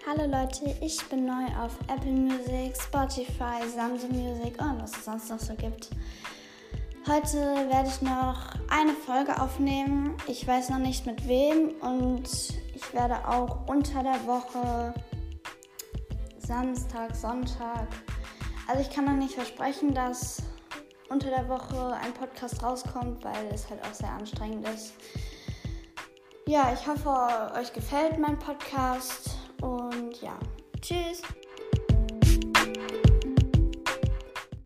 Hallo Leute, ich bin neu auf Apple Music, Spotify, Samsung Music und was es sonst noch so gibt. Heute werde ich noch eine Folge aufnehmen. Ich weiß noch nicht mit wem und ich werde auch unter der Woche, Samstag, Sonntag, also ich kann noch nicht versprechen, dass unter der Woche ein Podcast rauskommt, weil es halt auch sehr anstrengend ist. Ja, ich hoffe, euch gefällt mein Podcast und ja, tschüss!